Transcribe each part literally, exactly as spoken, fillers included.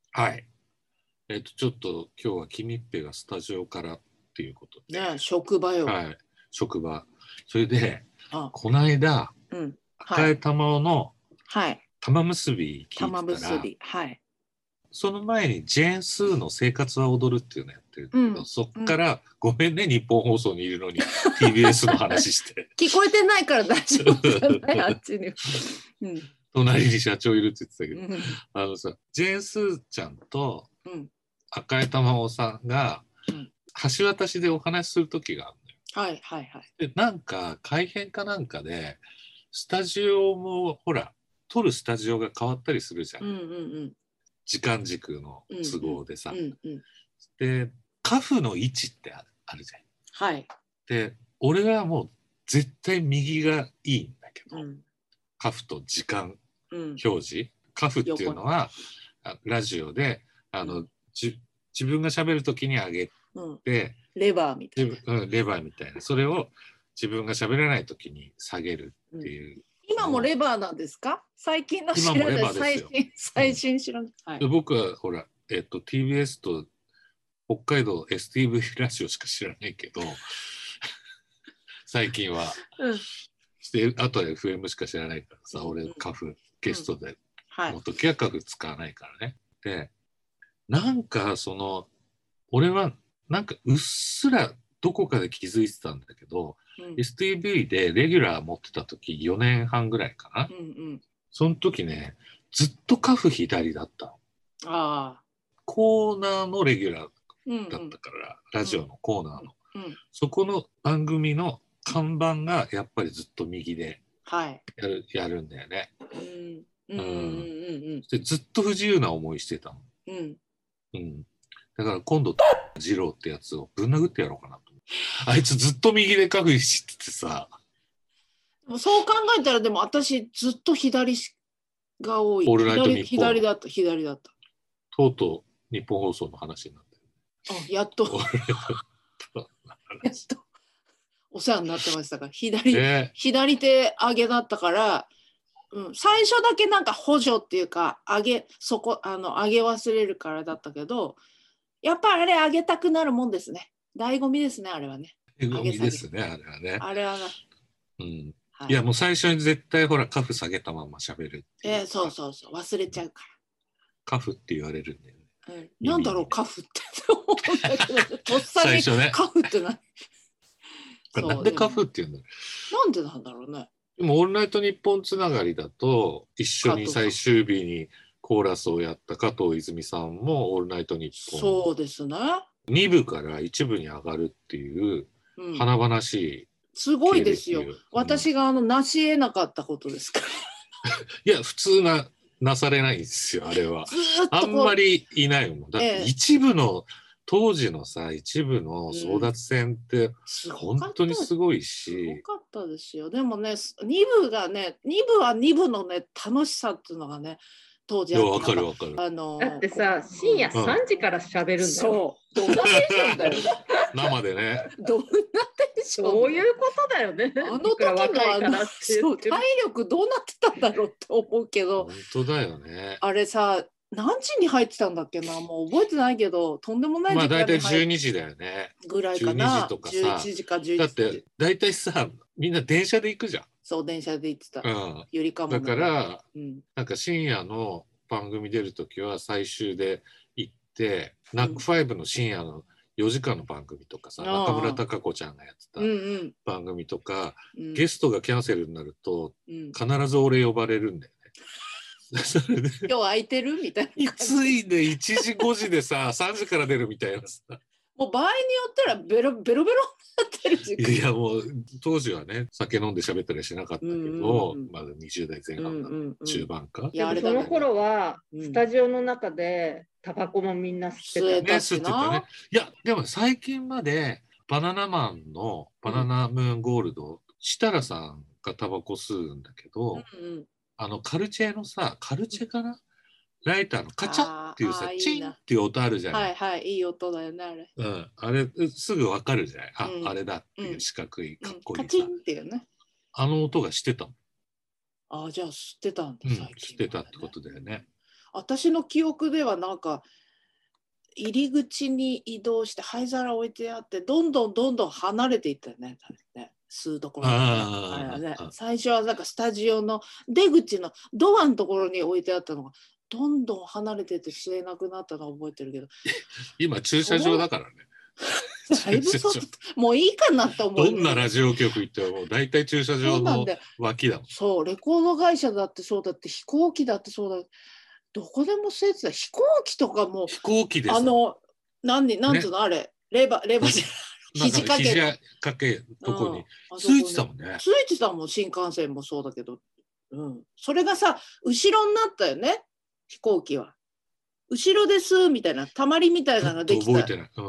はい。えっと、ちょっと今日は君っぺがスタジオからっていうことで。 ね、職場よ。 はい。職場。それで、 あ、 この間、 うん。 赤江玉緒のはい。 玉結び聞い玉てたら、 結び。はい。 その前にジェーン・スーの生活は踊るっていうのやってるんだけど、 うんそっから、ごめんね、日本放送にいるのに ティービーエス の話して。 聞こえてないから大丈夫じゃないあっちに。うん。 隣に社長いるって言ってたけど、 うん。 あのさ、ジェーン・スーちゃんとうん。 赤江玉緒さんが、 うん橋渡しでお話しする時があるのよ。 はいはいはい。 で、なんか、改編かなんかで、スタジオも、ほら、撮るスタジオが変わったりするじゃん。 うんうんうん。 時間軸のうん都合でさ。 うんうん。 で、カフの位置ってあるあるじゃん。 はい。 で、俺はもう絶対右がいいんだけど、 うん。 カフと時間うん。 表示。カフっていうのは、あラジオで、あの、 うんじ自分が喋るときに上げうん。 て、 レバーみたい自分うんレバーみたいな。それを自分が喋らないときに下げるっていう。 今もレバーなんですか？最近の知ら今もレない。 バーですよ。 最新、最新知らない。はでい。 僕はほら、えっと、ティービーエス と北海道 エスティーブイ ラジオしか知らないけど、最近は。 うん。 してあとは エフエム しか知らないからさ、 うん俺カフゲストではいの。時はカフ使わないからね。で、なんかその、俺はなんかうっすらどこかで気づいてたんだけど、 うんエスティーブイ でレギュラー持ってた時よねんはんぐらいかな。 うんうんその時ね、ずっとカフ左だったの。 ああ。 コーナーのレギュラーうんだったから、ラジオのコーナーの。 うんうんそこの番組の看板がやっぱりずっと右ではい。 やる、やるんだよね。 うんうんうんうんでずっと不自由な思いしてたの。 うんうん。 うん。だから今度、二郎ってやつをぶん殴ってやろうかなと。あいつずっと右でカフしててさ。 でもそう考えたら、でも私ずっと左が多い。 オールナイトニッポン左左だった左だった。 とうとう日本放送の話になってる。 あやっとやっとお世話になってましたから左、 ね、 左手上げだったから、うん、最初だけなんか補助っていうか上げそこあの上げ忘れるからだったけど、やっぱりあれ上げたくなるもんですね。醍醐味ですね、あれはね。 醍醐味ですね、あれはね。 あれはね。 うん。 はい、 いや、もう最初に絶対ほら、カフ下げたまま喋るっていう。 えー、そうそうそう、忘れちゃうかカフって言われるんだよね。 ら。うん、なんだろう、カフって思うんだけど、とっさに最初ねカフって何なんでカフって言うんだろう。なんでなんだろうね。 う。でも、オールナイトニッポンつながりだと、一緒に最終日にコーラスをやった加藤泉さんも、オールナイトニッポン。 そうですね。 に部からいち部に上がるっていう、 うん、 華々しい。 すごいですよ。 うん、 私があの成し得なかったことですから。 いや、普通な、なされないんですよ、あれは。あんまりいないもん。だって一部の、ええ、当時のさ、一部の争奪戦って本当にすごいし、 うん、すごかったですよ。でもね、に部がね、に部はに部のね、楽しさっていうのがね、当時あって。 わかるわかる。 あのだってさ、深夜さんじから喋るんだよ。 そう。どんなテンションだよ。 生でね。 どんなテンション。 そういうことだよね。 あの時のあのそう体力どうなってたんだろうって思うけど。 本当だよね。 あれさ、何時に入ってたんだっけな、もう覚えてないけど、とんでもない時間に入って。 まあ大体じゅうにじだよね。 ぐらいかな。 じゅうにじとかさ。 じゅういちじかじゅういちじ。 だって大体さ、みんな電車で行くじゃん。 そう、電車で行ってた。 うん。 ゆりかも。 だから、 うん、 なんか深夜の番組出るときは最終で行って、うん、ナックファイブの深夜のよじかんの番組とかさ、中村孝子ちゃんがやってた番組とか、うんうん、ゲストがキャンセルになると、うん、必ず俺呼ばれるんだよね。それで今日空いてるみたいな。 ついでいちじごじでささんじから出るみたいなさ。 もう場合によったらベロベロベロになってる時間。 いやもう当時はね酒飲んで喋ったりしなかったけど、うんうんうん、まだにじゅう代前半の中盤か、うんうんうん、 いやあれその頃はスタジオの中でタバコもみんな吸ってた、 ね、吸ってたね。いやでも最近までバナナマンのバナナムーンゴールド、うん、設楽さんがタバコ吸うんだけど、うんうん、あのカルチェのさカルチェかな、うん、ライターのカチャッっていうさチンっていう音あるじゃない。 はいはいいい音だよねあれ。 うん、あれすぐわかるじゃない。あ、うん、あれだっていう四角いかっこいいさ、うん、 カチンっていうね。 あの音がしてたもん。 あじゃあ吸ってたんだ最近、うん、吸ってたってことだよね。 私の記憶ではなんか入り口に移動して灰皿置いてあってどんどんどんどん離れていったよね。ね吸うところあれはね、最初はなんかスタジオの出口のドアのところに置いてあったのがどんどん離れてて吸えなくなったのを覚えてるけど、 今駐車場だからね。 だいぶそもういいかなと思う、 どんなラジオ局行っても大体駐車場の脇だもん。 そう、レコード会社だってそうだって飛行機だってそうだ、どこでもそうやつだ。飛行機とかも飛行機です。 あの何なんつうの、ね、あれレバレバじゃ肘掛けの掛けとこについてたもんね。 ついてたもん、新幹線もそうだけど、うん、それがさ後ろになったよね、飛行機は。後ろですみたいなたまりみたいなのができた。 覚えてない、うん、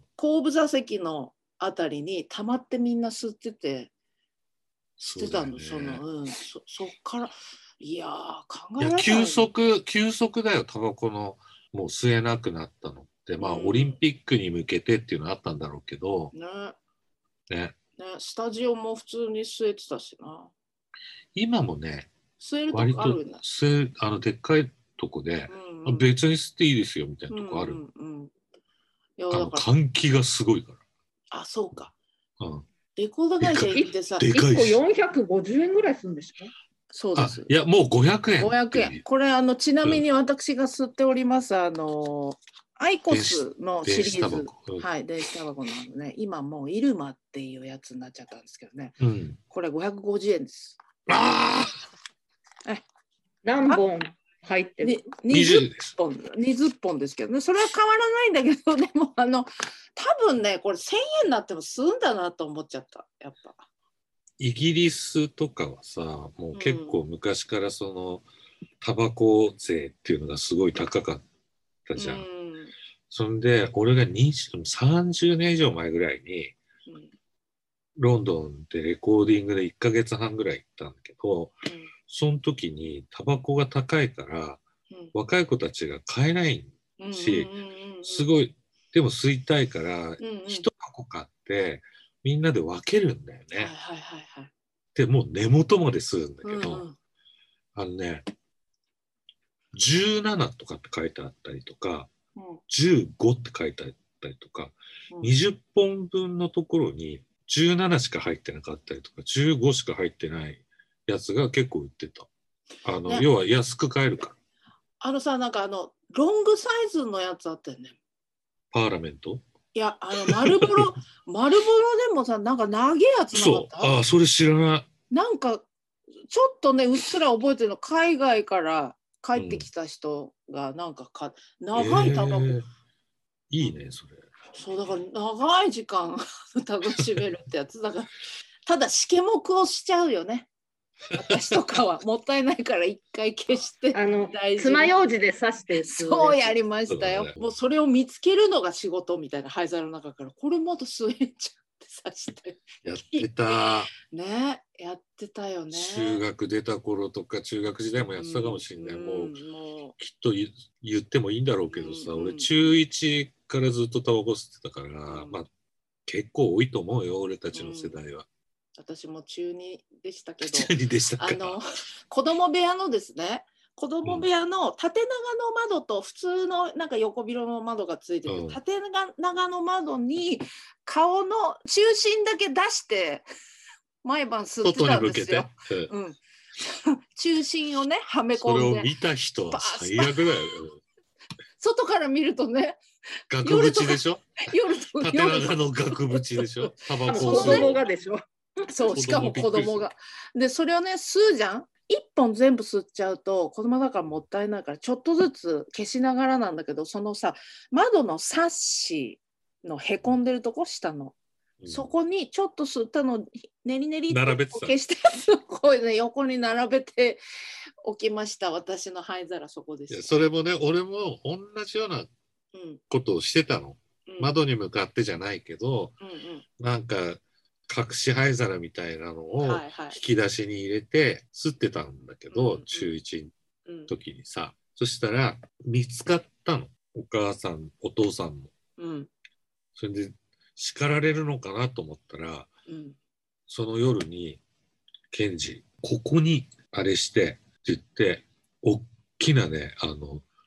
後部座席のあたりにたまってみんな吸ってて吸ってたの、その、うん、そ, そっからいや考えられない。 いや急速急速だよ、タバコのもう吸えなくなったのって、まあ、うん、オリンピックに向けてっていうのはあったんだろうけど、 ねねね、スタジオも普通に吸えてたしな。 今もね吸えるとこあるんだ。割と吸えあのでっかいとこで、うんうん、別に吸っていいですよみたいなとこある。うんうんうん、いやだから換気がすごいから。 あ、そうか。 うん、 レコード会社行ってさ、 いっこよんひゃくごじゅうえんぐらいするんでしょ。 そうです。 いやもうごひゃくえん。 ごひゃくえん。これあのちなみに私が吸っております、うん、あのアイコスのシリーズ、うん、はい、電子タバコのあのね、今もうイルマっていうやつになっちゃったんですけどね。うん、これごひゃくごじゅうえんです。 ああ。え、 何本入ってる？ にじゅっぽん、にじゅっぽんですけどね。それは変わらないんだけど、でもあの多分ね、これせんえんになっても吸うんだなと思っちゃった。やっぱ。 イギリスとかはさ、もう結構昔からその、うん、タバコ税っていうのがすごい高かったじゃん。うん、そんで俺がにじゅう、さんじゅうねん以上前ぐらいに、うん、ロンドンでレコーディングでいっかげつはんぐらい行ったんだけど、うん、その時にタバコが高いから、うん、若い子たちが買えないし、すごいでも吸いたいからいち箱買ってみんなで分けるんだよね。はいはいはいはい、でもう根元まで吸うんだけど、うんうん、あのねじゅうななとかって書いてあったりとか、うん、じゅうごって書いてあったりとか、うん、にじゅっぽんぶんのところにじゅうななしか入ってなかったりとかじゅうごしか入ってないやつが結構売ってた。あの、ね、要は安く買えるから。 あのさ、なんかあのロングサイズのやつあったよね。 パーラメント？ いや、あの丸ボロ丸ボロでもさ、なんか長いやつなかった？ そう、ああ、それ知らない。 なんかちょっとね、うっすら覚えてるの、海外から帰ってきた人がなんかか、うん、長いタバコ、えー、 いいねそれ。 そうだから長い時間楽しめるってやつだから、ただしけもくをしちゃうよね。私とかはもったいないから一回消してあの爪楊枝で刺してそうやりましたよ。もうそれを見つけるのが仕事みたいな、灰皿の中からこれまた吸えんじゃんって刺してやってたね、やってたよね。 中学出た頃とか中学時代もやってたかもしれない、うん、もう、うん、もうきっと言ってもいいんだろうけどさ、うん、俺中いちからずっとタバコ吸ってたから、うん、まあ結構多いと思うよ俺たちの世代は。 私も中にでしたけど、 中にでしたか。 あの子供部屋のですね、子供部屋の縦長の窓と普通のなんか横広の窓がついてて、うん、縦長の窓に顔の中心だけ出して毎晩吸ってたんですよ。うん、中心をねはめ込んで。 それを見た人は最悪だよ。 外から見るとね。 額縁でしょ。 夜と縦長の額縁でしょ。タバコを吸う。子供がでしょ。 そう、しかも子供が。で、それをね、吸うじゃん。一本全部吸っちゃうと、子供だからもったいないから、ちょっとずつ消しながらなんだけど、そのさ、窓のサッシのへこんでるとこ、下の。うん、そこにちょっと吸ったの、ねりねりって消して、こういうね、横に並べておきました。私の灰皿、そこです。 いや、それもね、俺も同じようなことをしてたの。うん、窓に向かってじゃないけど、うんうん、なんか、隠し灰皿みたいなのを引き出しに入れて吸ってたんだけど、はいはい、中いちの時にさ、うん、そしたら見つかったの、お母さんお父さんも、うん、それで叱られるのかなと思ったら、うん、その夜にケンジここにあれしてって言って、おっきなねあの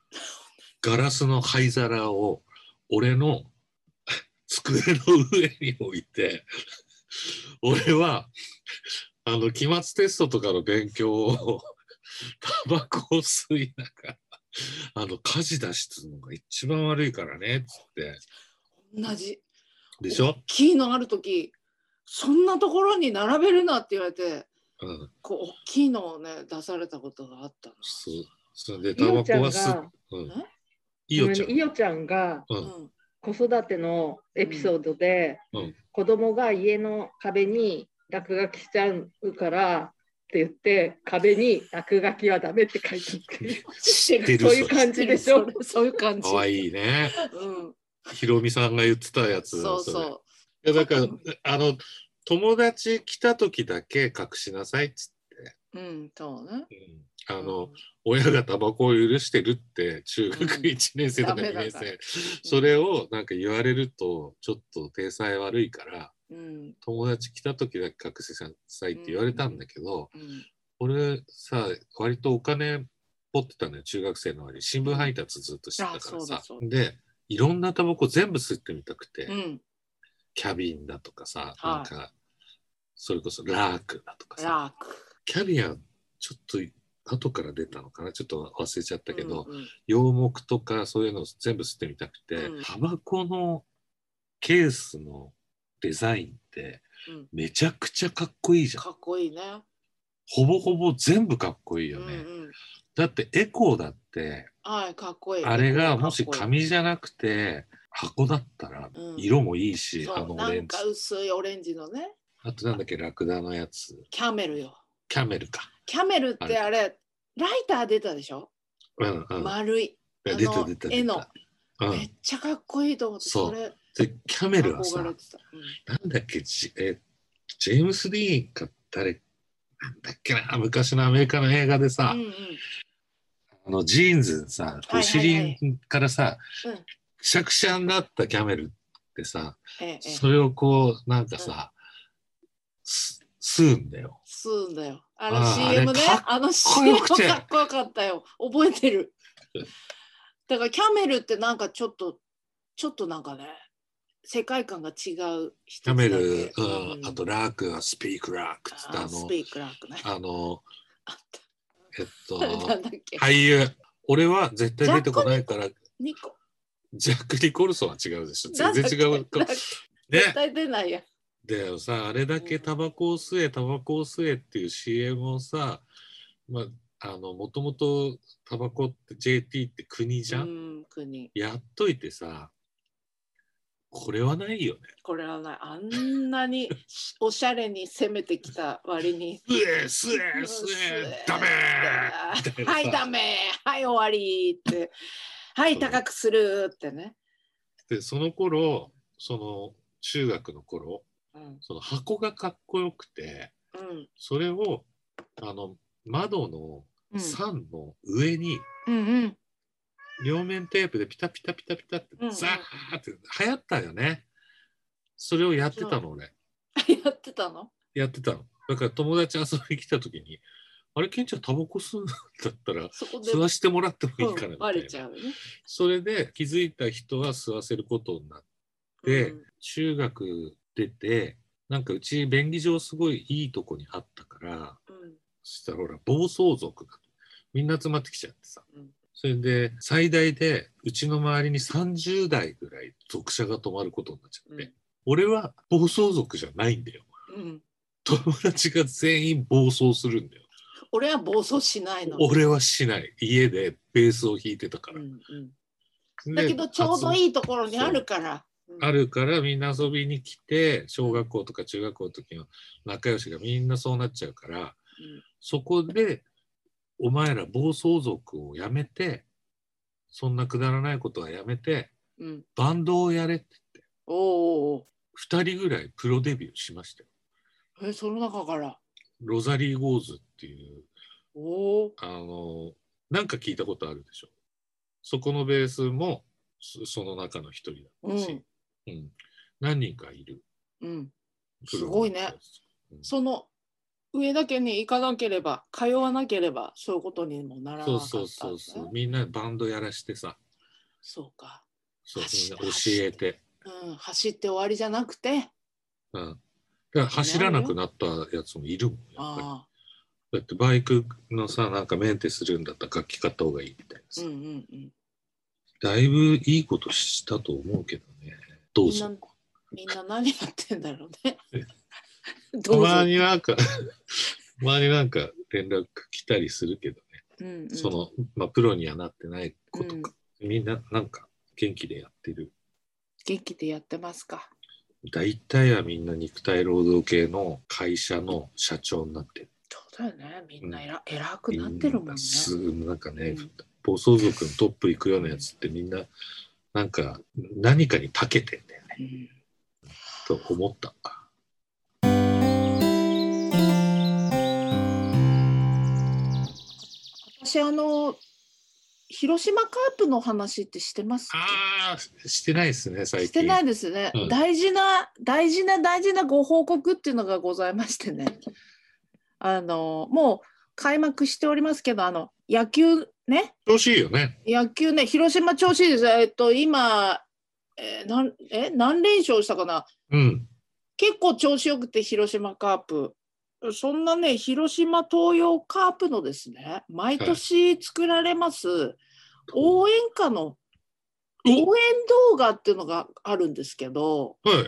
ガラスの灰皿を俺の机の上に置いて、俺はあの期末テストとかの勉強をタバコを吸いながらあの火事出すのが一番悪いからねっつって。 同じでしょ。 大きいのある時そんなところに並べるなって言われて、 うん、 こう大きいのをね出されたことがあったの。 そう、それでタバコは吸っ、うん、 いよちゃん、いよちゃんが、うん、子育てのエピソードで、うん、子供が家の壁に落書きしちゃうからって言って壁に落書きはダメって書いてある。そういう感じでしょ。 そういう感じ。 かわいいね。うん。ひろみさんが言ってたやつ。 そうそう。 いやだからあの友達来た時だけ隠しなさいっつって。 うん、そうね。 うん、あの、うん、親がタバコを許してるって中学いちねん生とかにねん生、うん、それをなんか言われるとちょっと体裁悪いから、うん、友達来た時だけ隠しなさいって言われたんだけど、うんうん、俺さ割とお金持ってたのよ中学生の割に新聞配達ずっとしてたからさ、うん、でいろんなタバコ全部吸ってみたくて、うん、キャビンだとかさ、はい、なんかそれこそラークだとかさ、 ラークキャビアちょっと後から出たのかなちょっと忘れちゃったけど、うんうん、洋木とかそういうのを全部吸ってみたくて、うん、タバコのケースのデザインってめちゃくちゃかっこいいじゃん。 かっこいいね。 ほぼほぼ全部かっこいいよね、うんうん、だってエコーだって、 はい、かっこいい。 あれがもし紙じゃなくて箱だったら色もいいし、うん、あのオレンジなんか薄いオレンジのね。 あとなんだっけラクダのやつキャメルよ。 キャメルか。 キャメルってあれライター出たでしょ、 うんうん、 丸いあの出た出た出た絵の、うん、めっちゃかっこいいと思って。 そうそれでキャメルはさ、うん、なんだっけジえジェームス・ディーンか誰なんだっけな昔のアメリカの映画でさ、うんうん、あのジーンズさお尻からさ、はいはいはい、くしゃくしゃになったキャメルってさ、うん、それをこうなんかさ、うん、吸うんだよ。 吸うんだよ。あの シーエム ね。あの シーエム かっこよかったよ。覚えてる。だからキャメルってなんかちょっとちょっとなんかね世界観が違う。 キャメル、うんうん、あとラークはスピークラークってあのスピークラークね。 あのえっと俳優俺は絶対出てこないからニコジャック・ニコルソンは違うでしょ。全然違う。ね、 絶対出ないや。 でさあれだけタバコを吸えタバコを吸えっていう シーエム をさ、まあ、あのもともとタバコって ジェーティー って国じゃん、うん、 国やっといてさこれはないよね。 これはない。あんなにおしゃれに攻めてきた割に吸え吸え吸えダメーはいダメはい終わりってはい高くするってね。 でその頃その中学の頃うん、その箱がかっこよくて、うん、それをあの窓の桟の上に、うんうん、両面テープでピタピタピタピタってザーって流行ったよね。それをやってたの俺。 やってたの？ やってたの。だから友達遊びに来た時にあれケンちゃんタバコ吸うんだったら吸わしてもらってもいいかなみたいな、うん、 バレちゃうね。 それで気づいた人は吸わせることになって、うん、中学出てなんかうち便宜上すごいいいとこにあったから、うん、そしたらほら暴走族がみんな集まってきちゃってさ、うん、それで最大でうちの周りにさんじゅう代ぐらい属者が泊まることになっちゃって、うん、俺は暴走族じゃないんだよ、うん、友達が全員暴走するんだよ。 俺は暴走しないの。 俺はしない。家でベースを弾いてたから、うんうん、だけどちょうどいいところにあるからあるからみんな遊びに来て小学校とか中学校の時の仲良しがみんなそうなっちゃうから、うん、そこでお前ら暴走族をやめてそんなくだらないことはやめて、うん、バンドをやれって言っておおふたりぐらいプロデビューしましたよ。 えその中からロザリー・ゴーズっていうおあのなんか聞いたことあるでしょ。そこのベースもその中の一人だったし、うんうん、何人かいる、 うん、すごいね、うん、その上だけに行かなければ通わなければそういうことにもならなかった、ね、 そうそうそうそうみんなバンドやらしてさそうか。 そう教えて、 うん、走って終わりじゃなくて、 うん、だから走らなくなったやつもいるもんやっぱり。 あだってバイクのさなんかメンテするんだったら楽器買った方がいいみたいなさ、 うんうんうん、 だいぶいいことしたと思うけどね。どうぞ。 みんな、みんな何やってんだろうね。 たまになんかたまになんか連絡来たりするけどね、うんうん、その、まあ、プロにはなってない子とか、うん、みんななんか元気でやってる。 元気でやってますか。 大体はみんな肉体労働系の会社の社長になってる。 そうだよね、みんな偉、うん、偉くなってるもんね。 すなんかね、うん、暴走族のトップ行くようなやつってみんななんか何かに長けてんだよね、うん、と思った。 私あの広島カープの話ってしてます？ ああ、してないですね、最近。 してないですね、うん、大事な大事な大事なご報告っていうのがございましてね、あのもう開幕しておりますけど、あの野球ね、 調子いいよね。 野球ね、広島調子いいです。えっと今、えー、なんえ何連勝したかな、 うん、 結構調子よくて広島カープ。そんなね、広島東洋カープのですね、毎年作られます、はい、応援歌の応援動画っていうのがあるんですけど、 はい、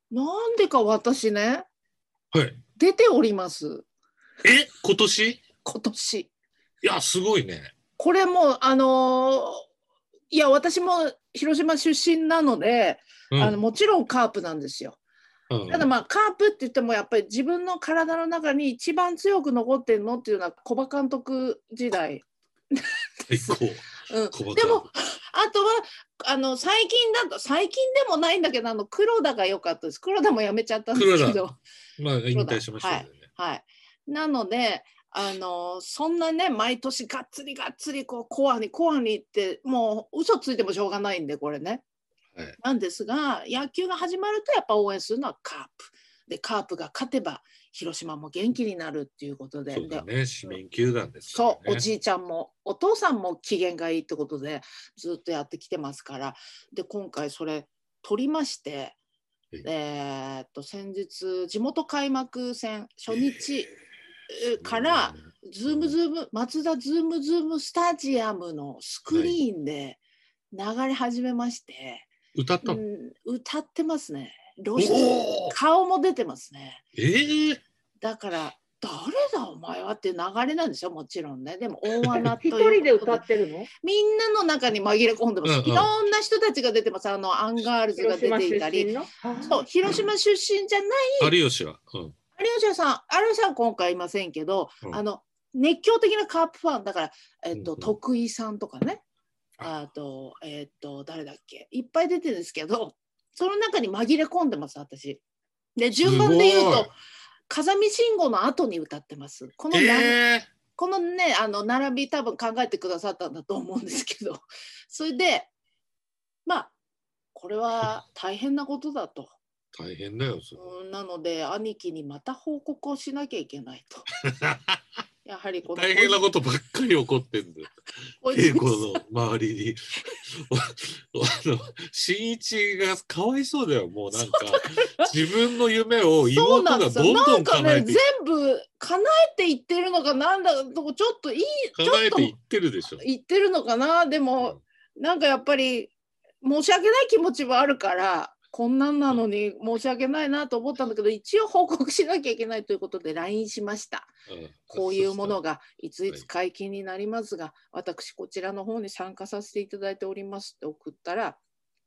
なんでか私ね、 はい、 出ております。 え、今年？ 今年。いや、すごいね。 これもう、あのー、いや、私も広島出身なので、うん、あのもちろんカープなんですよ。ただまあカープって言ってもやっぱり自分の体の中に一番強く残ってるのっていうのは小葉監督時代最高、 うん、でもあとはあの最近だと最近でもないんだけど、あの黒田が良かったです。黒田も辞めちゃったんですけど、 まあ引退しましたね、 はいはい、なのであのそんなね毎年がっつりがっつりこうコアにコアにいってもう嘘ついてもしょうがないんでこれね、はい、なんですが野球が始まるとやっぱ応援するのはカープで、カープが勝てば広島も元気になるっていうことで、 そうだね、市民球団ですからね。 そう、おじいちゃんもお父さんも機嫌がいいってことでずっとやってきてますから、で今回それ取りまして、えー、っと先日地元開幕戦初日からズームズーム松田ズームズームスタジアムのスクリーンで流れ始めまして、 歌ったの？ うん、歌ってますね。露出顔も出てますね。 えー、 だから誰だお前はっていう流れなんですよ、もちろんね。でも大穴という一人で歌ってるの？ みんなの中に紛れ込んでます、うんうん、いろんな人たちが出てます。あのアンガールズが出ていたり、そう広島出身じゃない有吉は、うん、 有吉さん有吉さん今回いませんけど、うん、あの熱狂的なカープファンだから、えっとうんうん、徳井さんとかね、あとえっと誰だっけいっぱい出てるんですけど、その中に紛れ込んでます私で。順番で言うと風見慎吾の後に歌ってます。この、えー、このねあの並び多分考えてくださったんだと思うんですけど、それでまあこれは大変なことだと。 大変だよそれ。なので兄貴にまた報告をしなきゃいけないと。やはりこの大変なことばっかり起こってんだよ。稽古の周りにあの新一がかわいそうだよ。もうなんか自分の夢を妹がどんどん叶えて、 ね、全部叶えていってるのかなんだとちょっといい叶えていってるでしょ。 言ってるのかな。でも、うん、なんかやっぱり申し訳ない気持ちはあるからこんなんなのに申し訳ないなと思ったんだけど、一応報告しなきゃいけないということで ライン しました。うん、こういうものがいついつ解禁になりますが、はい、私こちらの方に参加させていただいておりますって送ったら、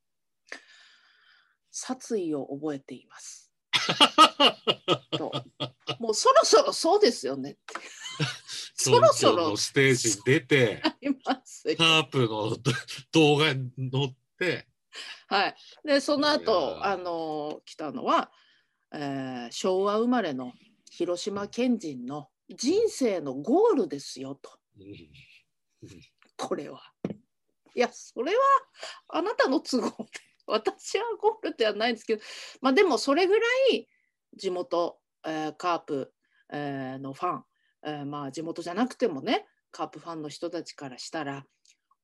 殺意を覚えていますと、もうそろそろそうですよねってそろそろステージに出てカープの動画に載って、 はい、でその後あの来たのは、えー、昭和生まれの広島県人の人生のゴールですよと。これはいやそれはあなたの都合で私はゴールではないんですけど、まあでもそれぐらい地元、えー、カープ、えー、のファン、えー、まあ地元じゃなくてもねカープファンの人たちからしたら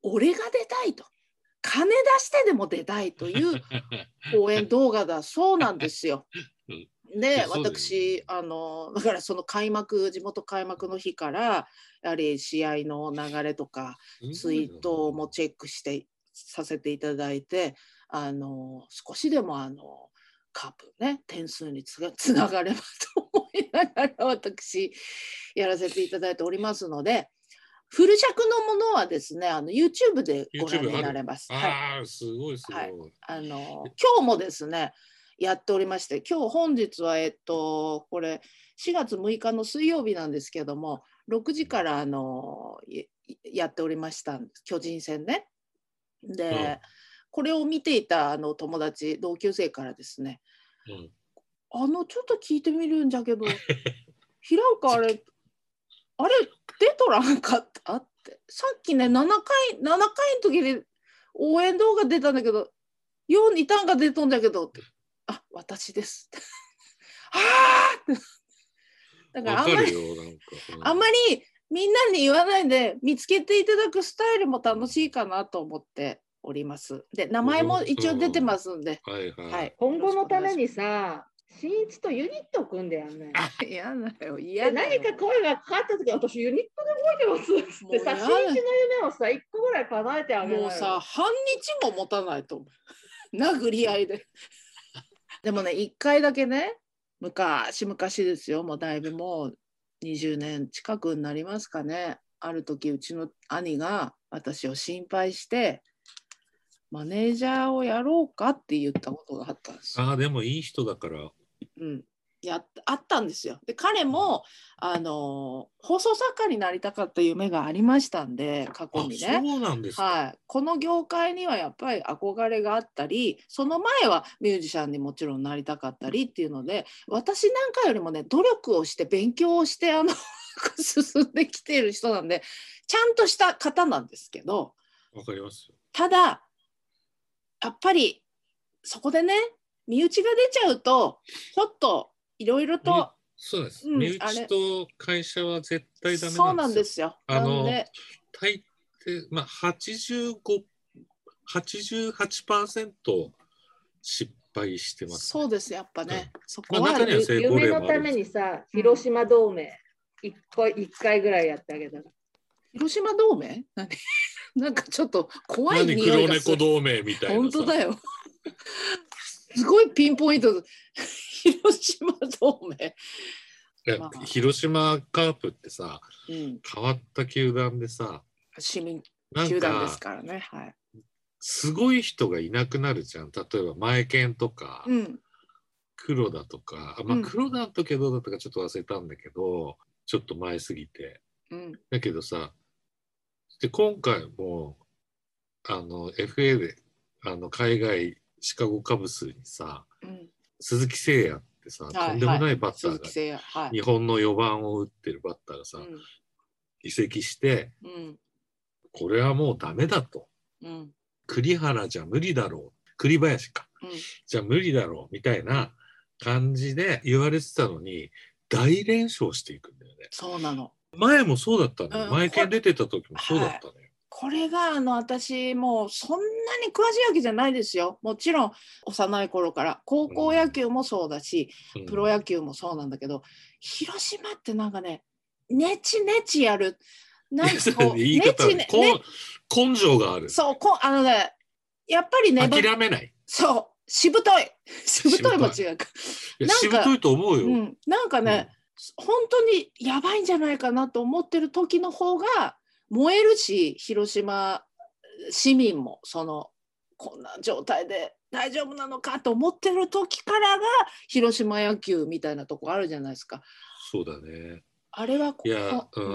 俺が出たいと、金出してでも出たいという応援動画だそうなんですよ。で、私あのだからその開幕地元開幕の日からやはり試合の流れとかツイートもチェックしてさせていただいて、あの少しでもあのカープね点数につがつながればと思いながら私やらせていただいておりますので、フル尺のものはですね、あの YouTube でご覧になれます。 ああ、すごいすごい。はい、 あの今日もですねやっておりまして、今日本日はえっとこれしがつむいかの水曜日なんですけども、ろくじからあのやっておりました巨人戦ね。で、うん、これを見ていたあの友達同級生からですね、うん、あのちょっと聞いてみるんじゃけど平岡あれあれ出とらんかったって、さっきねななかいななかいの時に応援動画出たんだけどよんにターンが出とんだけどって、あ、私ですああだからあんまり、うん、あんまりみんなに言わないで見つけていただくスタイルも楽しいかなと思っております。で、名前も一応出てますんで、 はいはいはい、 今後のためにさ、新一とユニット組んでやんね。 嫌だよ、嫌だよ。 何か声がかかった時、私ユニットで動いてますってさ、新一の夢をさ、いっこぐらい叶えてあげる。 もうさ、半日も持たないと思う。殴り合いで。でもね、いっかいだけね、昔々ですよ、もうだいぶもうにじゅうねん近くになりますかね。ある時、うちの兄が私を心配して、マネージャーをやろうかって言ったことがあったんです。 ああ、でもいい人だから。 うん。やっあったんですよ。で彼もあの放送作家になりたかった夢がありましたんで、過去にね。 そうなんですか。 はい、この業界にはやっぱり憧れがあったり、その前はミュージシャンにもちろんなりたかったりっていうので、私なんかよりもね努力をして勉強をしてあの進んできている人なんで、ちゃんとした方なんですけど。 わかりますよ。 ただやっぱりそこでね身内が出ちゃうとちょっといろいろと、 そうです、うん、身内と会社は絶対ダメなんですよ。 そうなんですよ。 あの大抵、まあ、はちじゅうご、はちじゅうはちパーセント 失敗してます、ね、 そうですやっぱね、うん、そこは、まあ、中には成功例もある。夢のためにさ、広島同盟いっかい、いっかいぐらいやってあげたら。 広島同盟何なんかちょっと怖い匂いがする。 黒猫同盟みたいな。 本当だよ。すごいピンポイント。広島同盟。 まあ、広島カープってさ、うん、変わった球団でさ、 市民球団ですからね。はい。 すごい人がいなくなるじゃん。例えば前健とか、うん、黒田とか、まあ、黒田の時はどうだったかちょっと忘れたんだけど、うん、ちょっと前すぎて。うん、だけどさ、で今回もあの エフエー であの海外シカゴカブスにさ、うん、鈴木誠也ってさ、はい、とんでもないバッターが、はい、日本のよばんを打ってるバッターがさ、うん、移籍して、うん、これはもうダメだと、うん、栗原じゃ無理だろう、栗林か、うん、じゃ無理だろうみたいな感じで言われてたのに大連勝していくんだよね。 そうなの。 前もそうだったのよ、うん、前剣出てた時もそうだったのよ。はい、 これがあの私もうそんなに詳しいわけじゃないですよ。もちろん幼い頃から高校野球もそうだし、うん、プロ野球もそうなんだけど、広島ってなんかねネチネチやる、なんかこう言い方ね、根性がある。 そうこあのねやっぱりね諦めない。 そうしぶといしぶといも違うか。 しぶといと思うよ。 うん、なんかね、うん、本当にやばいんじゃないかなと思ってる時の方が燃えるし、広島市民もそのこんな状態で大丈夫なのかと思ってる時からが広島野球みたいなとこあるじゃないですか。 そうだね。 あれはここ、 いや、うん、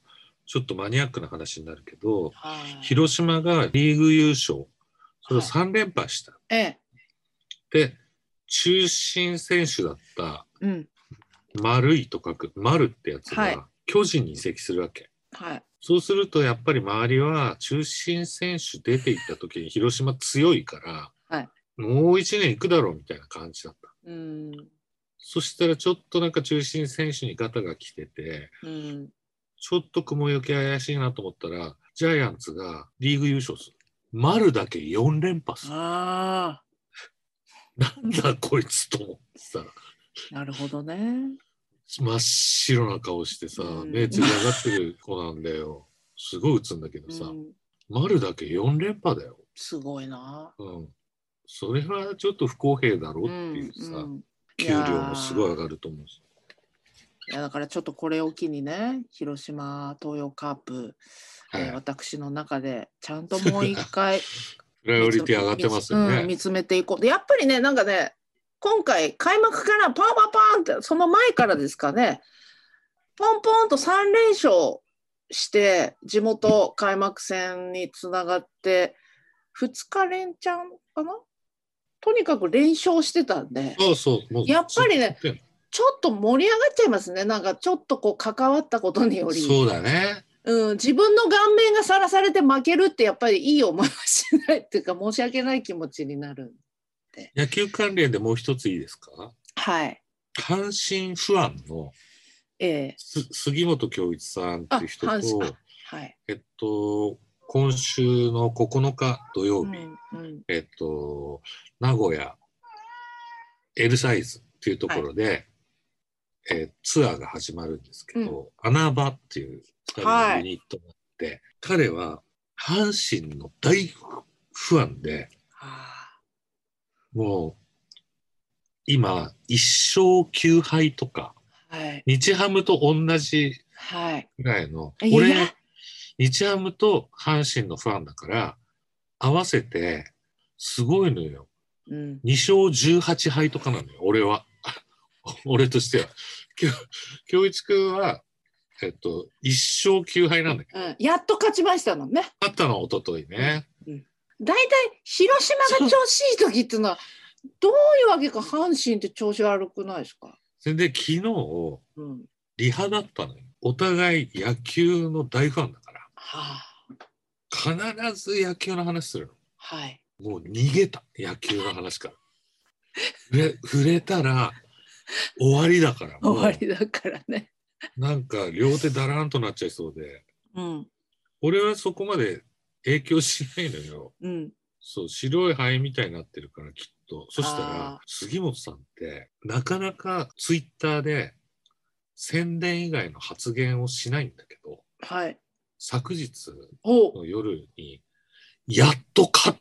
ちょっとマニアックな話になるけど、はい、広島がリーグ優勝それをさん連覇した、はい、 ええ、 で中心選手だった、うん、丸いと書く丸ってやつが巨人に移籍するわけ、はい、そうするとやっぱり周りは中心選手出ていった時に広島強いから、はい、もういちねん行くだろうみたいな感じだった。うん、そしたらちょっとなんか中心選手にガタが来てて、うん、 ちょっと雲行き怪しいなと思ったら、ジャイアンツがリーグ優勝する。丸だけよん連覇する。 あなんだこいつと思ってさ。 なるほどね。 真っ白な顔してさ、うん、目つり上がってる子なんだよ。すごい打つんだけどさ、うん、丸だけよん連覇だよ。 すごいな。 うん。それはちょっと不公平だろうっていうさ、うんうん、給料もすごい上がると思うし。 いやだからちょっとこれを機にね、広島東洋カープ、はい、えー、私の中でちゃんともう一回プライオリティ上がってますよね、 うん、見つめていこう。でやっぱりね、なんかね、今回開幕からパンパンパンってその前からですかね、ポンポンとさん連勝して地元開幕戦につながってふつか連チャンかな、とにかく連勝してたんで、 そうそうもうやっぱりねちょっと盛り上がっちゃいますね。なんかちょっとこう関わったことにより。 そうだね。 うん、自分の顔面がさらされて負けるってやっぱりいい思いはしないっていうか、申し訳ない気持ちになるんで。 野球関連でもう一ついいですか。 はい。 阪神ファンの、えー、杉本恭一さんっていう人と、 はい、 えっと今週のここのか土曜日、うんうん、えっと名古屋 L サイズっていうところで、はい、えー、ツアーが始まるんですけど、うん、穴場っていうふたりのユニットがあって、はい、彼は阪神の大ファンで、もう今いっ勝きゅう敗とか、はい、日ハムと同じぐらいの、はい、俺日ハムと阪神のファンだから合わせてすごいのよ、うん、に勝じゅうはち敗とかなのよ俺は俺としては。恭一君は、えっと、いっ勝きゅう敗なんだけど、 うん、やっと勝ちましたもんね。 勝ったのは一昨日ね。 うんうん、だいたい広島が調子いい時っていうのはどういうわけか阪神って調子悪くないですか。 それで昨日、うん、リハだったのよ。お互い野球の大ファンだから、はあ、必ず野球の話するの。はい、もう逃げた野球の話から触れ、触れたら終わりだから。 もう終わりだからね。 なんか両手だらんとなっちゃいそうで、うん、俺はそこまで影響しないのよ、うん、そう白い灰みたいになってるからきっと。そしたら杉本さんってなかなかツイッターで宣伝以外の発言をしないんだけど、はい、昨日の夜にやっと勝っ